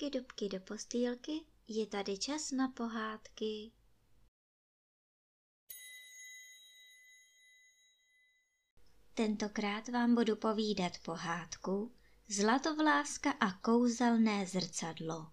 dubky do postýlky, je tady čas na pohádky. Tentokrát vám budu povídat pohádku Zlatovláska a kouzelné zrcadlo.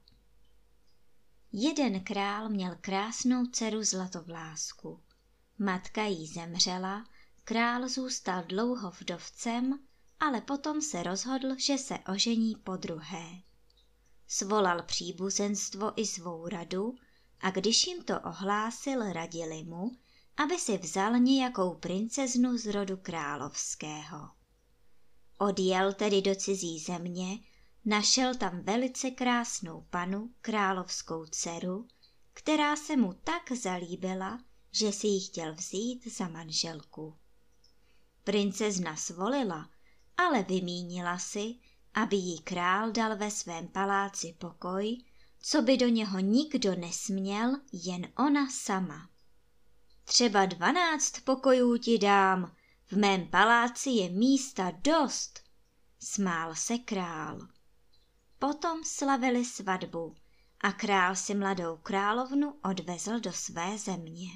Jeden král měl krásnou dceru Zlatovlásku. Matka jí zemřela, král zůstal dlouho vdovcem, ale potom se rozhodl, že se ožení podruhé. Svolal příbuzenstvo i svou radu a když jim to ohlásil, radili mu, aby si vzal nějakou princeznu z rodu královského. Odjel tedy do cizí země, našel tam velice krásnou panu, královskou dceru, která se mu tak zalíbila, že si ji chtěl vzít za manželku. Princezna svolila, ale vymínila si, aby jí král dal ve svém paláci pokoj, co by do něho nikdo nesměl, jen ona sama. Třeba 12 pokojů ti dám, v mém paláci je místa dost, smál se král. Potom slavili svatbu a král si mladou královnu odvezl do své země.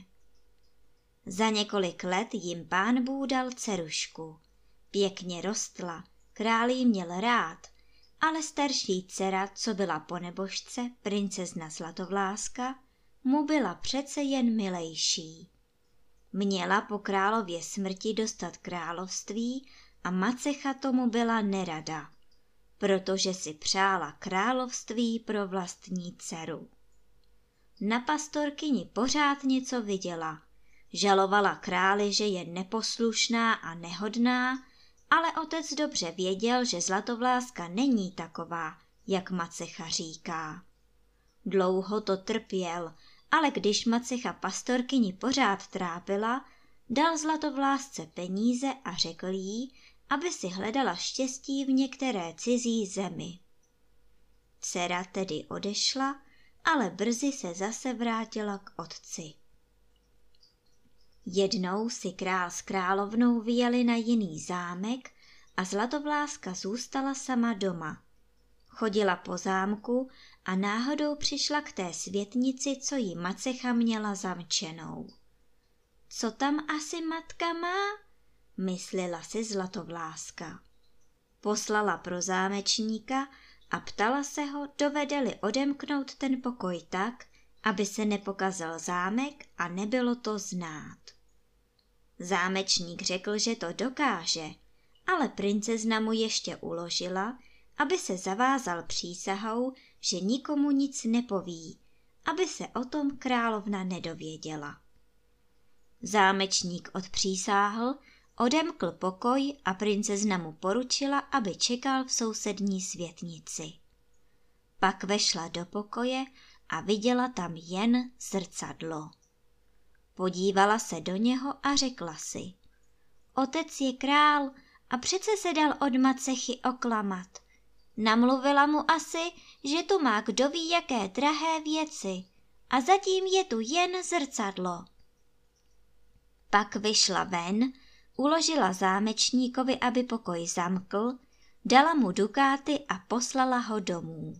Za několik let jim pán Bůh dal dcerušku. Pěkně rostla, král ji měl rád, ale starší dcera, co byla po nebožce, princezna Zlatovláska, mu byla přece jen milejší. Měla po králově smrti dostat království a macecha tomu byla nerada, protože si přála království pro vlastní dceru. Na pastorkyni pořád něco viděla, žalovala králi, že je neposlušná a nehodná, ale otec dobře věděl, že Zlatovláska není taková, jak macecha říká. Dlouho to trpěl, ale když macecha pastorkyni pořád trápila, dal Zlatovlásce peníze a řekl jí, aby si hledala štěstí v některé cizí zemi. Dcera tedy odešla, ale brzy se zase vrátila k otci. Jednou si král s královnou vyjeli na jiný zámek a Zlatovláska zůstala sama doma. Chodila po zámku a náhodou přišla k té světnici, co jí macecha měla zamčenou. Co tam asi matka má? Myslela si Zlatovláska. Poslala pro zámečníka a ptala se ho, dovede-li odemknout ten pokoj tak, aby se nepokazil zámek a nebylo to znát. Zámečník řekl, že to dokáže, ale princezna mu ještě uložila, aby se zavázal přísahou, že nikomu nic nepoví, aby se o tom královna nedověděla. Zámečník odpřísáhl, odemkl pokoj a princezna mu poručila, aby čekal v sousední světnici. Pak vešla do pokoje a viděla tam jen zrcadlo. Podívala se do něho a řekla si: Otec je král a přece se dal od macechy oklamat. Namluvila mu asi, že tu má kdo ví jaké drahé věci a zatím je tu jen zrcadlo. Pak vyšla ven, uložila zámečníkovi, aby pokoj zamkl, dala mu dukáty a poslala ho domů.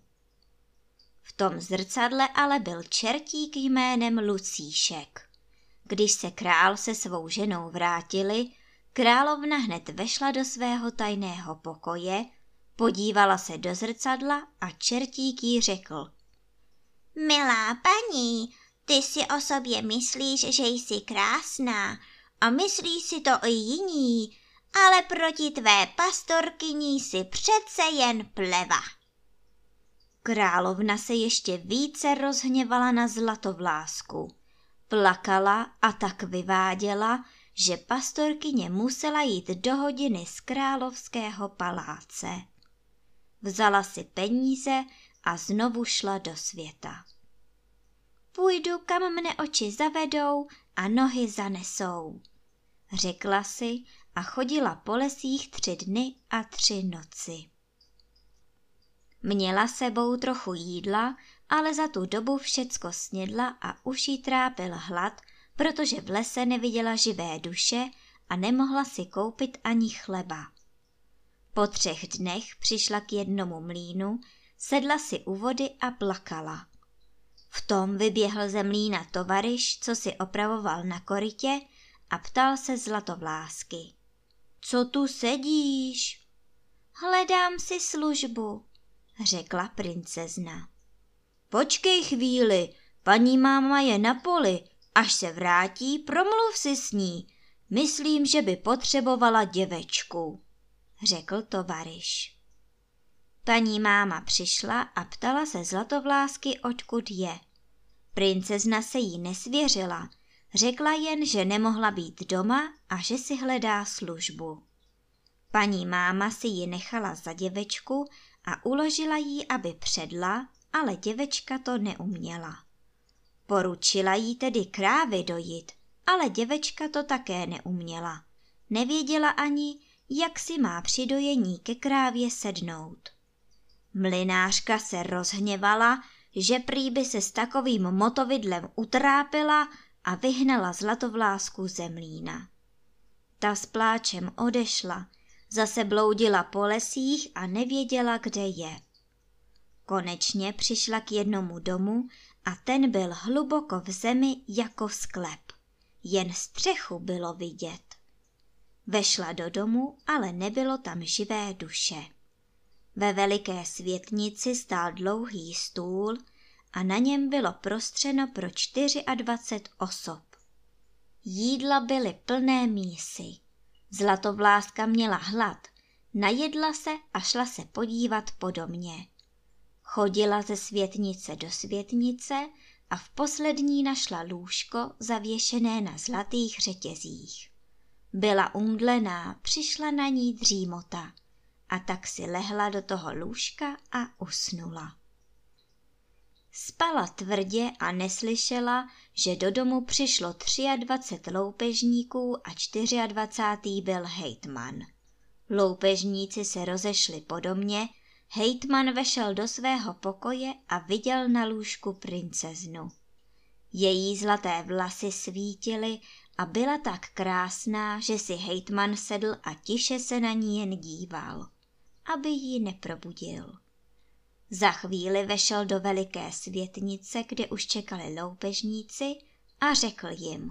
V tom zrcadle ale byl čertík jménem Lucíšek. Když se král se svou ženou vrátili, královna hned vešla do svého tajného pokoje, podívala se do zrcadla a čertík jí řekl: Milá paní, ty si o sobě myslíš, že jsi krásná a myslí si to i jiní, ale proti tvé pastorkyni jsi přece jen pleva. Královna se ještě více rozhněvala na Zlatovlásku. Plakala a tak vyváděla, že pastorkyně musela jít do hodiny z královského paláce. Vzala si peníze a znovu šla do světa. Půjdu, kam mne oči zavedou a nohy zanesou, řekla si a chodila po lesích 3 dny a 3 noci. Měla sebou trochu jídla, ale za tu dobu všecko snědla a už jí trápil hlad, protože v lese neviděla živé duše a nemohla si koupit ani chleba. Po 3 dnech přišla k jednomu mlýnu, sedla si u vody a plakala. V tom vyběhl ze mlýna tovaryš, co si opravoval na korytě, a ptal se Zlatovlásky. Co tu sedíš? Hledám si službu, řekla princezna. Počkej chvíli, paní máma je na poli, až se vrátí, promluv si s ní. Myslím, že by potřebovala děvečku, řekl tovaryš. Paní máma přišla a ptala se Zlatovlásky, odkud je. Princezna se jí nesvěřila, řekla jen, že nemohla být doma a že si hledá službu. Paní máma si ji nechala za děvečku a uložila jí, aby předla, ale děvečka to neuměla. Poručila jí tedy krávy dojit, ale děvečka to také neuměla. Nevěděla ani, jak si má při dojení ke krávě sednout. Mlynářka se rozhněvala, že prý by se s takovým motovidlem utrápila a vyhnala Zlatovlásku ze mlýna. Ta s pláčem odešla, zase bloudila po lesích a nevěděla, kde je. Konečně přišla k jednomu domu a ten byl hluboko v zemi jako sklep. Jen střechu bylo vidět. Vešla do domu, ale nebylo tam živé duše. Ve veliké světnici stál dlouhý stůl a na něm bylo prostřeno pro 24 osob. Jídla byly plné mísy. Zlatovláska měla hlad, najedla se a šla se podívat po domě. Chodila ze světnice do světnice a v poslední našla lůžko zavěšené na zlatých řetězích. Byla umdlená, přišla na ní dřímota a tak si lehla do toho lůžka a usnula. Spala tvrdě a neslyšela, že do domu přišlo 23 loupežníků a 24. byl hejtman. Loupežníci se rozešli po domě, hejtman vešel do svého pokoje a viděl na lůžku princeznu. Její zlaté vlasy svítily a byla tak krásná, že si hejtman sedl a tiše se na ní jen díval, aby ji neprobudil. Za chvíli vešel do veliké světnice, kde už čekali loupežníci, a řekl jim.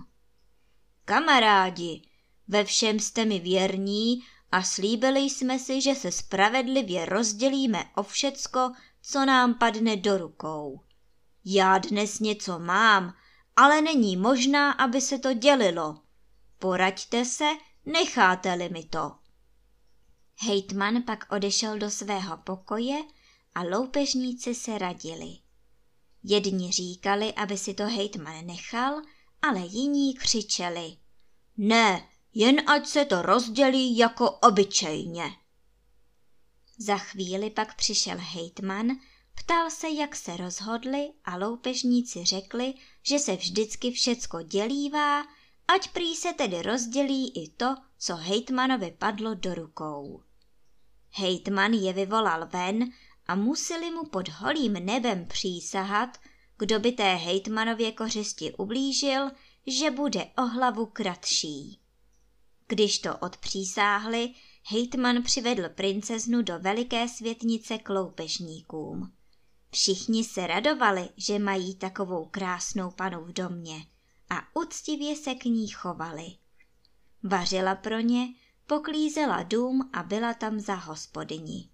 Kamarádi, ve všem jste mi věrní a slíbili jsme si, že se spravedlivě rozdělíme o všecko, co nám padne do rukou. Já dnes něco mám, ale není možná, aby se to dělilo. Poraďte se, necháte-li mi to. Hejtman pak odešel do svého pokoje a loupežníci se radili. Jedni říkali, aby si to hejtman nechal, ale jiní křičeli. Ne, jen ať se to rozdělí jako obyčejně. Za chvíli pak přišel hejtman, ptal se, jak se rozhodli, a loupežníci řekli, že se vždycky všecko dělívá, ať prý se tedy rozdělí i to, co hejtmanovi padlo do rukou. Hejtman je vyvolal ven a museli mu pod holým nebem přísahat, kdo by té hejtmanově kořisti ublížil, že bude o hlavu kratší. Když to odpřísáhli, hejtman přivedl princeznu do veliké světnice k loupežníkům. Všichni se radovali, že mají takovou krásnou panu v domě a uctivě se k ní chovali. Vařila pro ně, poklízela dům a byla tam za hospodyni.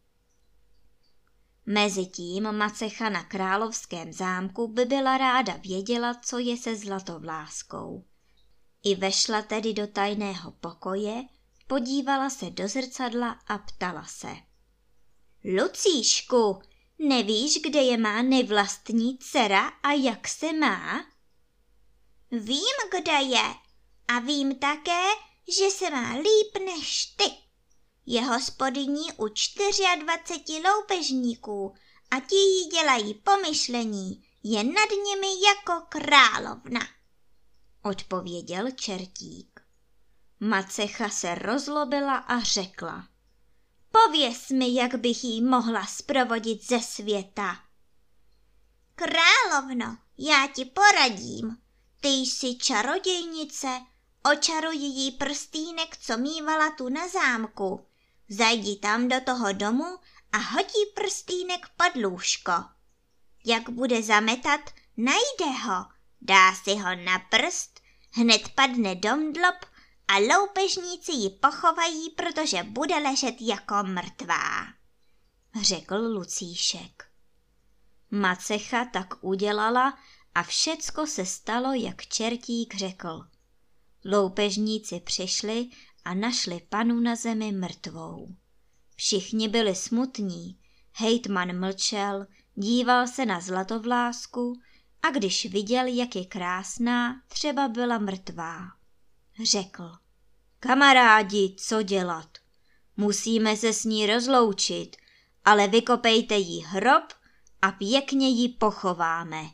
Mezitím macecha na královském zámku by byla ráda věděla, co je se Zlatovláskou. I vešla tedy do tajného pokoje, podívala se do zrcadla a ptala se. Lucíšku, nevíš, kde je má nevlastní dcera a jak se má? Vím, kde je, a vím také, že se má líp než ty. Je hospodyní u 24 loupežníků a ti jí dělají pomyšlení, je nad nimi jako královna, odpověděl čertík. Macecha se rozlobila a řekla. Pověz mi, jak bych jí mohla zprovodit ze světa. Královno, já ti poradím. Ty jsi čarodějnice, očaruj jí prstýnek, co mívala tu na zámku. Zajdi tam do toho domu a hodí prstýnek pod lůžko. Jak bude zametat, najde ho, dá si ho na prst, hned padne domdlop a loupežníci ji pochovají, protože bude ležet jako mrtvá, řekl Lucíšek. Macecha tak udělala a všecko se stalo, jak čertík řekl. Loupežníci přišli a našli panu na zemi mrtvou. Všichni byli smutní, hejtman mlčel, díval se na Zlatovlásku a když viděl, jak je krásná, třeba byla mrtvá. Řekl: Kamarádi, co dělat? Musíme se s ní rozloučit, ale vykopejte jí hrob a pěkně ji pochováme.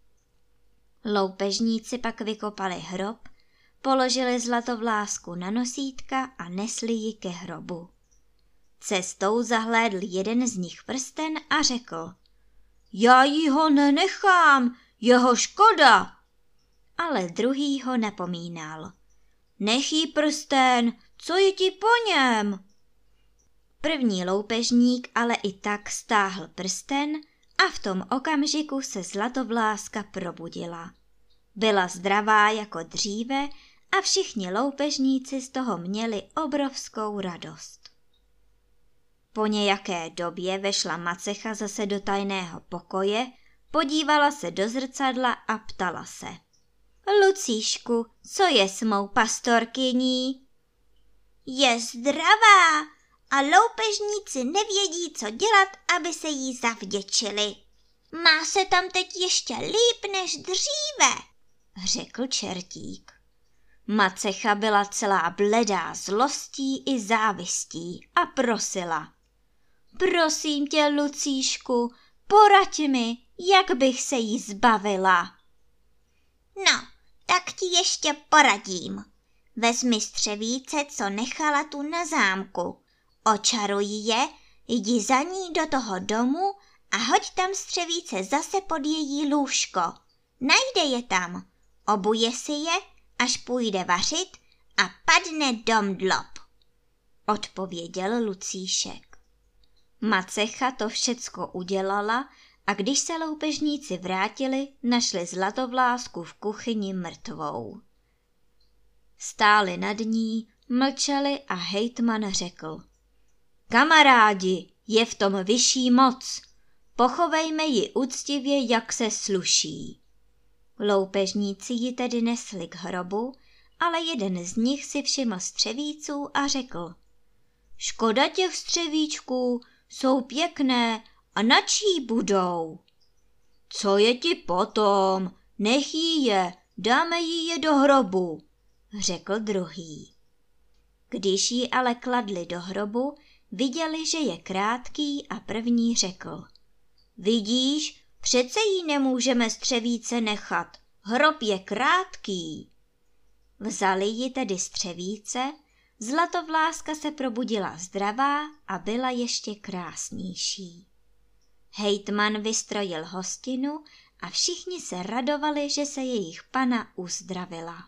Loupežníci pak vykopali hrob, položili Zlatovlásku na nosítka a nesli ji ke hrobu. Cestou zahlédl jeden z nich prsten a řekl: Já jí ho nenechám, jeho škoda. Ale druhý ho napomínal: Nech jí prsten, co je ti po něm? První loupežník ale i tak stáhl prsten a v tom okamžiku se Zlatovláska probudila. Byla zdravá jako dříve a všichni loupežníci z toho měli obrovskou radost. Po nějaké době vešla Macecha zase do tajného pokoje, podívala se do zrcadla a ptala se: Lucíšku, co je s mou pastorkyní? Je zdravá a loupežníci nevědí, co dělat, aby se jí zavděčili. Má se tam teď ještě líp než dříve, řekl čertík. Macecha byla celá bledá zlostí i závistí a prosila: Prosím tě, Lucíšku, poraď mi, jak bych se jí zbavila. No, tak ti ještě poradím. Vezmi střevíce, co nechala tu na zámku. Očaruj je, jdi za ní do toho domu a hoď tam střevíce zase pod její lůžko. Najde je tam, obuje si je, až půjde vařit a padne domdlop, odpověděl Lucíšek. Macecha to všecko udělala a když se loupežníci vrátili, našli Zlatovlásku v kuchyni mrtvou. Stáli nad ní, mlčeli a hejtman řekl: Kamarádi, je v tom vyšší moc, pochovejme ji úctivě, jak se sluší. Loupežníci ji tedy nesli k hrobu, ale jeden z nich si všiml střevíců a řekl: Škoda těch střevíčků, jsou pěkné a na čí budou? Co je ti potom, nech jí je, dáme jí je do hrobu, řekl druhý. Když ji ale kladli do hrobu, viděli, že je krátký a první řekl: Vidíš, přece jí nemůžeme střevíce nechat, hrob je krátký. Vzali ji tedy střevíce, Zlatovláska se probudila zdravá a byla ještě krásnější. Hejtman vystrojil hostinu a všichni se radovali, že se jejich pana uzdravila.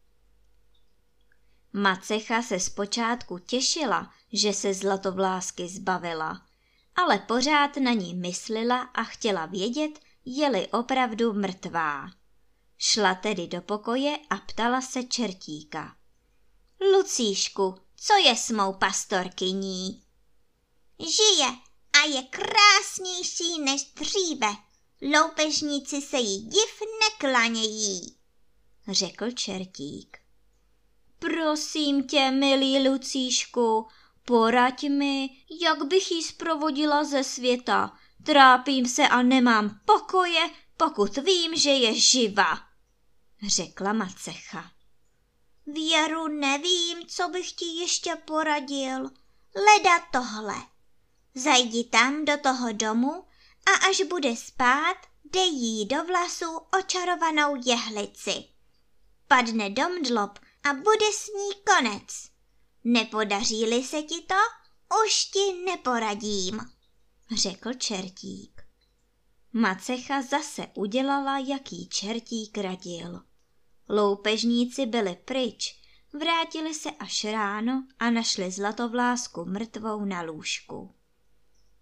Macecha se zpočátku těšila, že se Zlatovlásky zbavila, ale pořád na ní myslela a chtěla vědět, je-li opravdu mrtvá. Šla tedy do pokoje a ptala se čertíka: Lucíšku, co je s mou pastorkyní? Žije a je krásnější než dříve. Loupežníci se jí div neklanějí, řekl čertík. Prosím tě, milý Lucíšku, poraď mi, jak bych jí zprovodila ze světa. Trápím se a nemám pokoje, pokud vím, že je živa, řekla Macecha. Věru, nevím, co bych ti ještě poradil. Leda tohle. Zajdi tam do toho domu a až bude spát, dej jí do vlasů očarovanou jehlici. Padne domdlop a bude s ní konec. Nepodaří-li se ti to, už ti neporadím, řekl čertík. Macecha zase udělala, jak jí čertík radil. Loupežníci byli pryč, vrátili se až ráno a našli Zlatovlásku mrtvou na lůžku.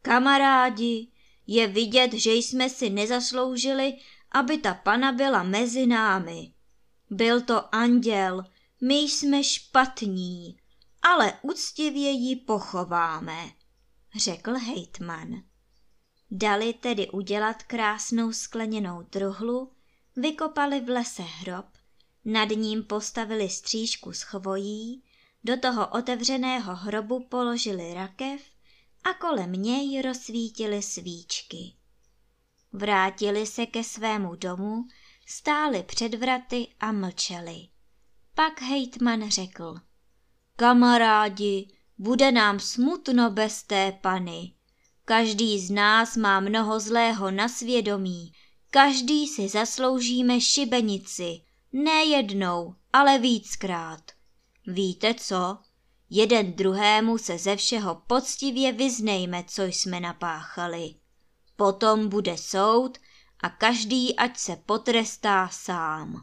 Kamarádi, je vidět, že jsme si nezasloužili, aby ta pana byla mezi námi. Byl to anděl, my jsme špatní, ale úctivě ji pochováme, řekl hejtman. Dali tedy udělat krásnou skleněnou truhlu, vykopali v lese hrob, nad ním postavili střížku s chvojí, do toho otevřeného hrobu položili rakev a kolem něj rozsvítili svíčky. Vrátili se ke svému domu, stáli před vraty a mlčeli. Pak hejtman řekl: Kamarádi, bude nám smutno bez té pany. Každý z nás má mnoho zlého na svědomí, každý si zasloužíme šibenici, ne jednou, ale víckrát. Víte co? Jeden druhému se ze všeho poctivě vyznejme, co jsme napáchali. Potom bude soud a každý ať se potrestá sám.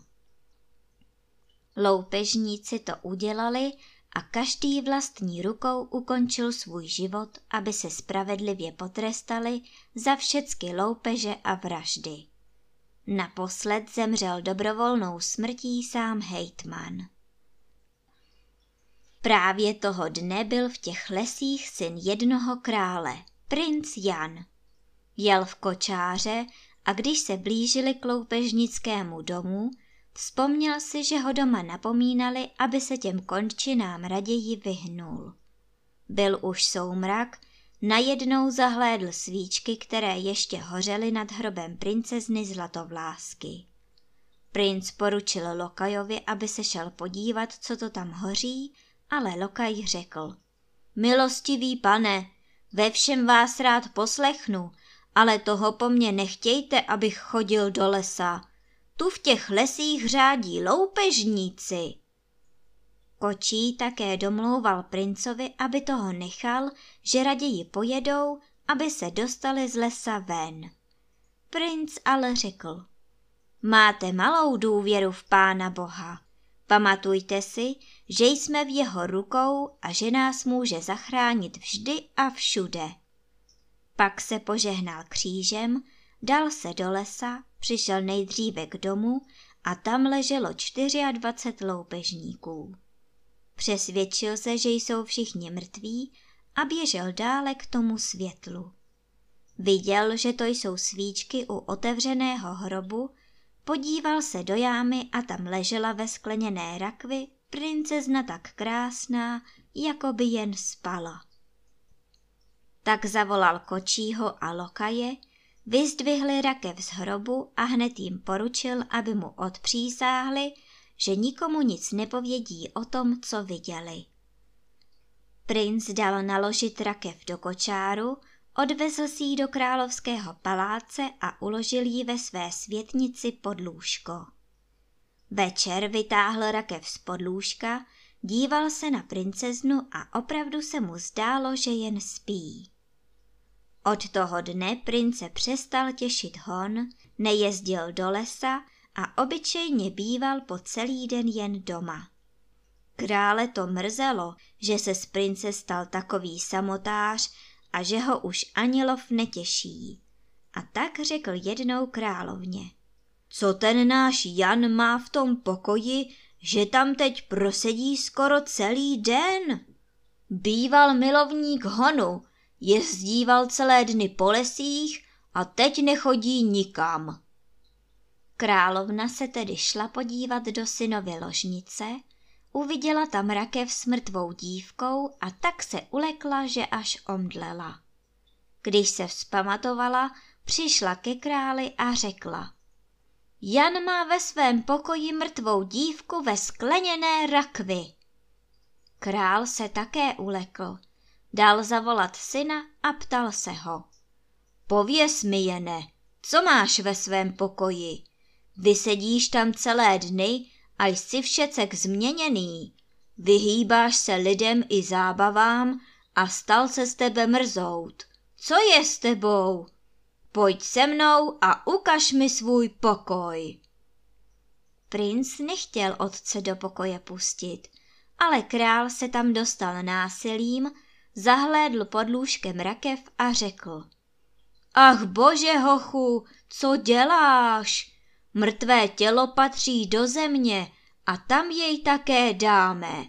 Loupežníci to udělali a každý vlastní rukou ukončil svůj život, aby se spravedlivě potrestali za všecky loupeže a vraždy. Naposled zemřel dobrovolnou smrtí sám hejtman. Právě toho dne byl v těch lesích syn jednoho krále, princ Jan. Jel v kočáře a když se blížili k loupežnickému domu, vzpomněl si, že ho doma napomínali, aby se těm končinám raději vyhnul. Byl už soumrak, najednou zahlédl svíčky, které ještě hořely nad hrobem princezny Zlatovlásky. Princ poručil lokajovi, aby se šel podívat, co to tam hoří, ale lokaj řekl: Milostivý pane, ve všem vás rád poslechnu, ale toho po mně nechtějte, abych chodil do lesa. Tu v těch lesích řádí loupežníci. Kočí také domlouval princovi, aby toho nechal, že raději pojedou, aby se dostali z lesa ven. Princ ale řekl: Máte malou důvěru v Pána Boha. Pamatujte si, že jsme v jeho rukou a že nás může zachránit vždy a všude. Pak se požehnal křížem, dal se do lesa, přišel nejdříve k domu a tam leželo 24 loupežníků. Přesvědčil se, že jsou všichni mrtví a běžel dále k tomu světlu. Viděl, že to jsou svíčky u otevřeného hrobu, podíval se do jámy a tam ležela ve skleněné rakvi princezna tak krásná, jako by jen spala. Tak zavolal kočího a lokaje, vyzdvihli rakev z hrobu a hned jim poručil, aby mu odpřísáhli, že nikomu nic nepovědí o tom, co viděli. Princ dal naložit rakev do kočáru, odvezl si ji do královského paláce a uložil ji ve své světnici pod lůžko. Večer vytáhl rakev z podlůžka, díval se na princeznu a opravdu se mu zdálo, že jen spí. Od toho dne prince přestal těšit hon, nejezdil do lesa a obyčejně býval po celý den jen doma. Krále to mrzelo, že se z prince stal takový samotář a že ho už ani lov netěší. A tak řekl jednou královně: Co ten náš Jan má v tom pokoji, že tam teď prosedí skoro celý den? Býval milovník honu, jezdíval celé dny po lesích a teď nechodí nikam. Královna se tedy šla podívat do synovy ložnice, uviděla tam rakev s mrtvou dívkou a tak se ulekla, že až omdlela. Když se vzpamatovala, přišla ke králi a řekla: Jan má ve svém pokoji mrtvou dívku ve skleněné rakvi. Král se také ulekl, dal zavolat syna a ptal se ho: Pověz mi, Jene, co máš ve svém pokoji? Vysedíš tam celé dny a jsi všecek změněný. Vyhýbáš se lidem i zábavám a stal se z tebe mrzout. Co je s tebou? Pojď se mnou a ukaž mi svůj pokoj. Princ nechtěl otce do pokoje pustit, ale král se tam dostal násilím, zahlédl pod lůžkem rakev a řekl: Ach bože, hochu, co děláš? Mrtvé tělo patří do země a tam jej také dáme.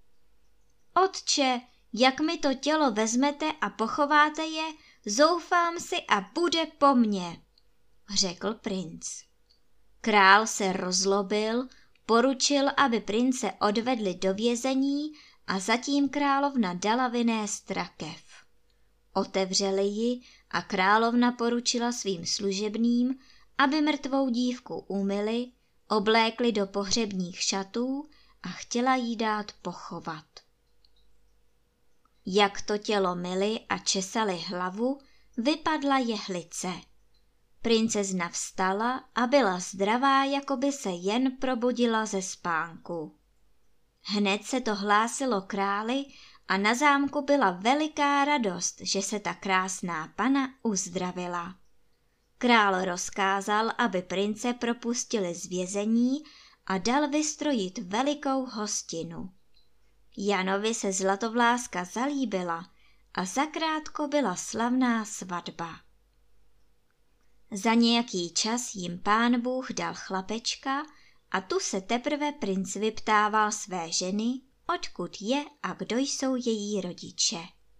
Otče, jak mi to tělo vezmete a pochováte je, zoufám si a bude po mně, řekl princ. Král se rozlobil, poručil, aby prince odvedli do vězení a zatím královna dala vynést rakev. Otevřeli ji a královna poručila svým služebným, aby mrtvou dívku umyli, oblékli do pohřebních šatů a chtěla jí dát pochovat. Jak to tělo myli a česali hlavu, vypadla jehlice. Princezna vstala a byla zdravá, jako by se jen probudila ze spánku. Hned se to hlásilo králi a na zámku byla veliká radost, že se ta krásná pana uzdravila. Král rozkázal, aby prince propustili z vězení a dal vystrojit velikou hostinu. Janovi se Zlatovláska zalíbila a zakrátko byla slavná svatba. Za nějaký čas jim Pán Bůh dal chlapečka a tu se teprve princ vyptával své ženy, odkud je a kdo jsou její rodiče.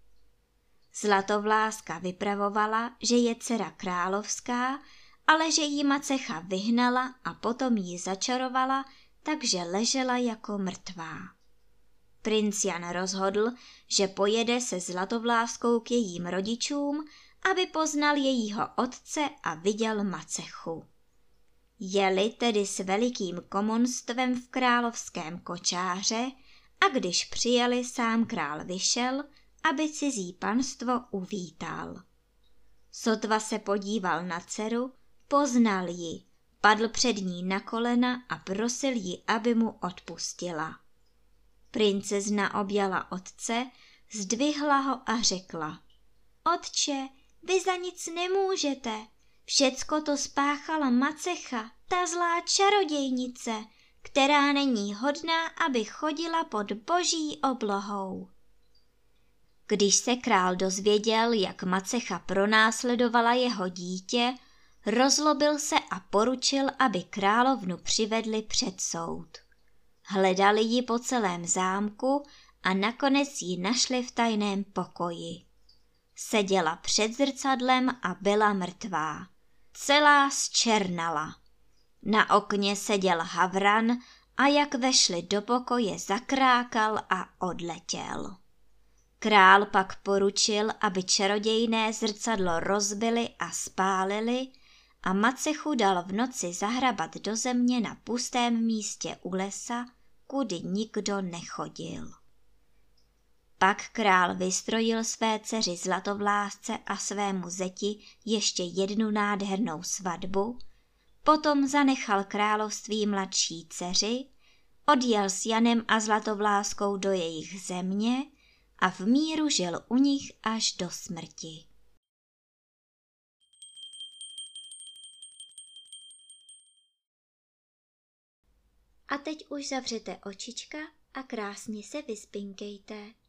Zlatovláska vypravovala, že je dcera královská, ale že jí macecha vyhnala a potom ji začarovala, takže ležela jako mrtvá. Princ Jan rozhodl, že pojede se Zlatovláskou k jejím rodičům, aby poznal jejího otce a viděl macechu. Jeli tedy s velikým komonstvem v královském kočáře a když přijeli, sám král vyšel, aby cizí panstvo uvítal. Sotva se podíval na dceru, poznal ji, padl před ní na kolena a prosil ji, aby mu odpustila. Princezna objala otce, zdvihla ho a řekla: Otče, vy za nic nemůžete, všecko to spáchala macecha, ta zlá čarodějnice, která není hodná, aby chodila pod boží oblohou. Když se král dozvěděl, jak macecha pronásledovala jeho dítě, rozlobil se a poručil, aby královnu přivedli před soud. Hledali ji po celém zámku a nakonec ji našli v tajném pokoji. Seděla před zrcadlem a byla mrtvá. Celá zčernala. Na okně seděl havran a jak vešli do pokoje, zakrákal a odletěl. Král pak poručil, aby čarodějné zrcadlo rozbili a spálili a macechu dal v noci zahrabat do země na pustém místě u lesa, kudy nikdo nechodil. Pak král vystrojil své dceři Zlatovlásce a svému zeti ještě jednu nádhernou svatbu, potom zanechal království mladší dceři, odjel s Janem a Zlatovláskou do jejich země a v míru žil u nich až do smrti. A teď už zavřete očička a krásně se vyspinkejte.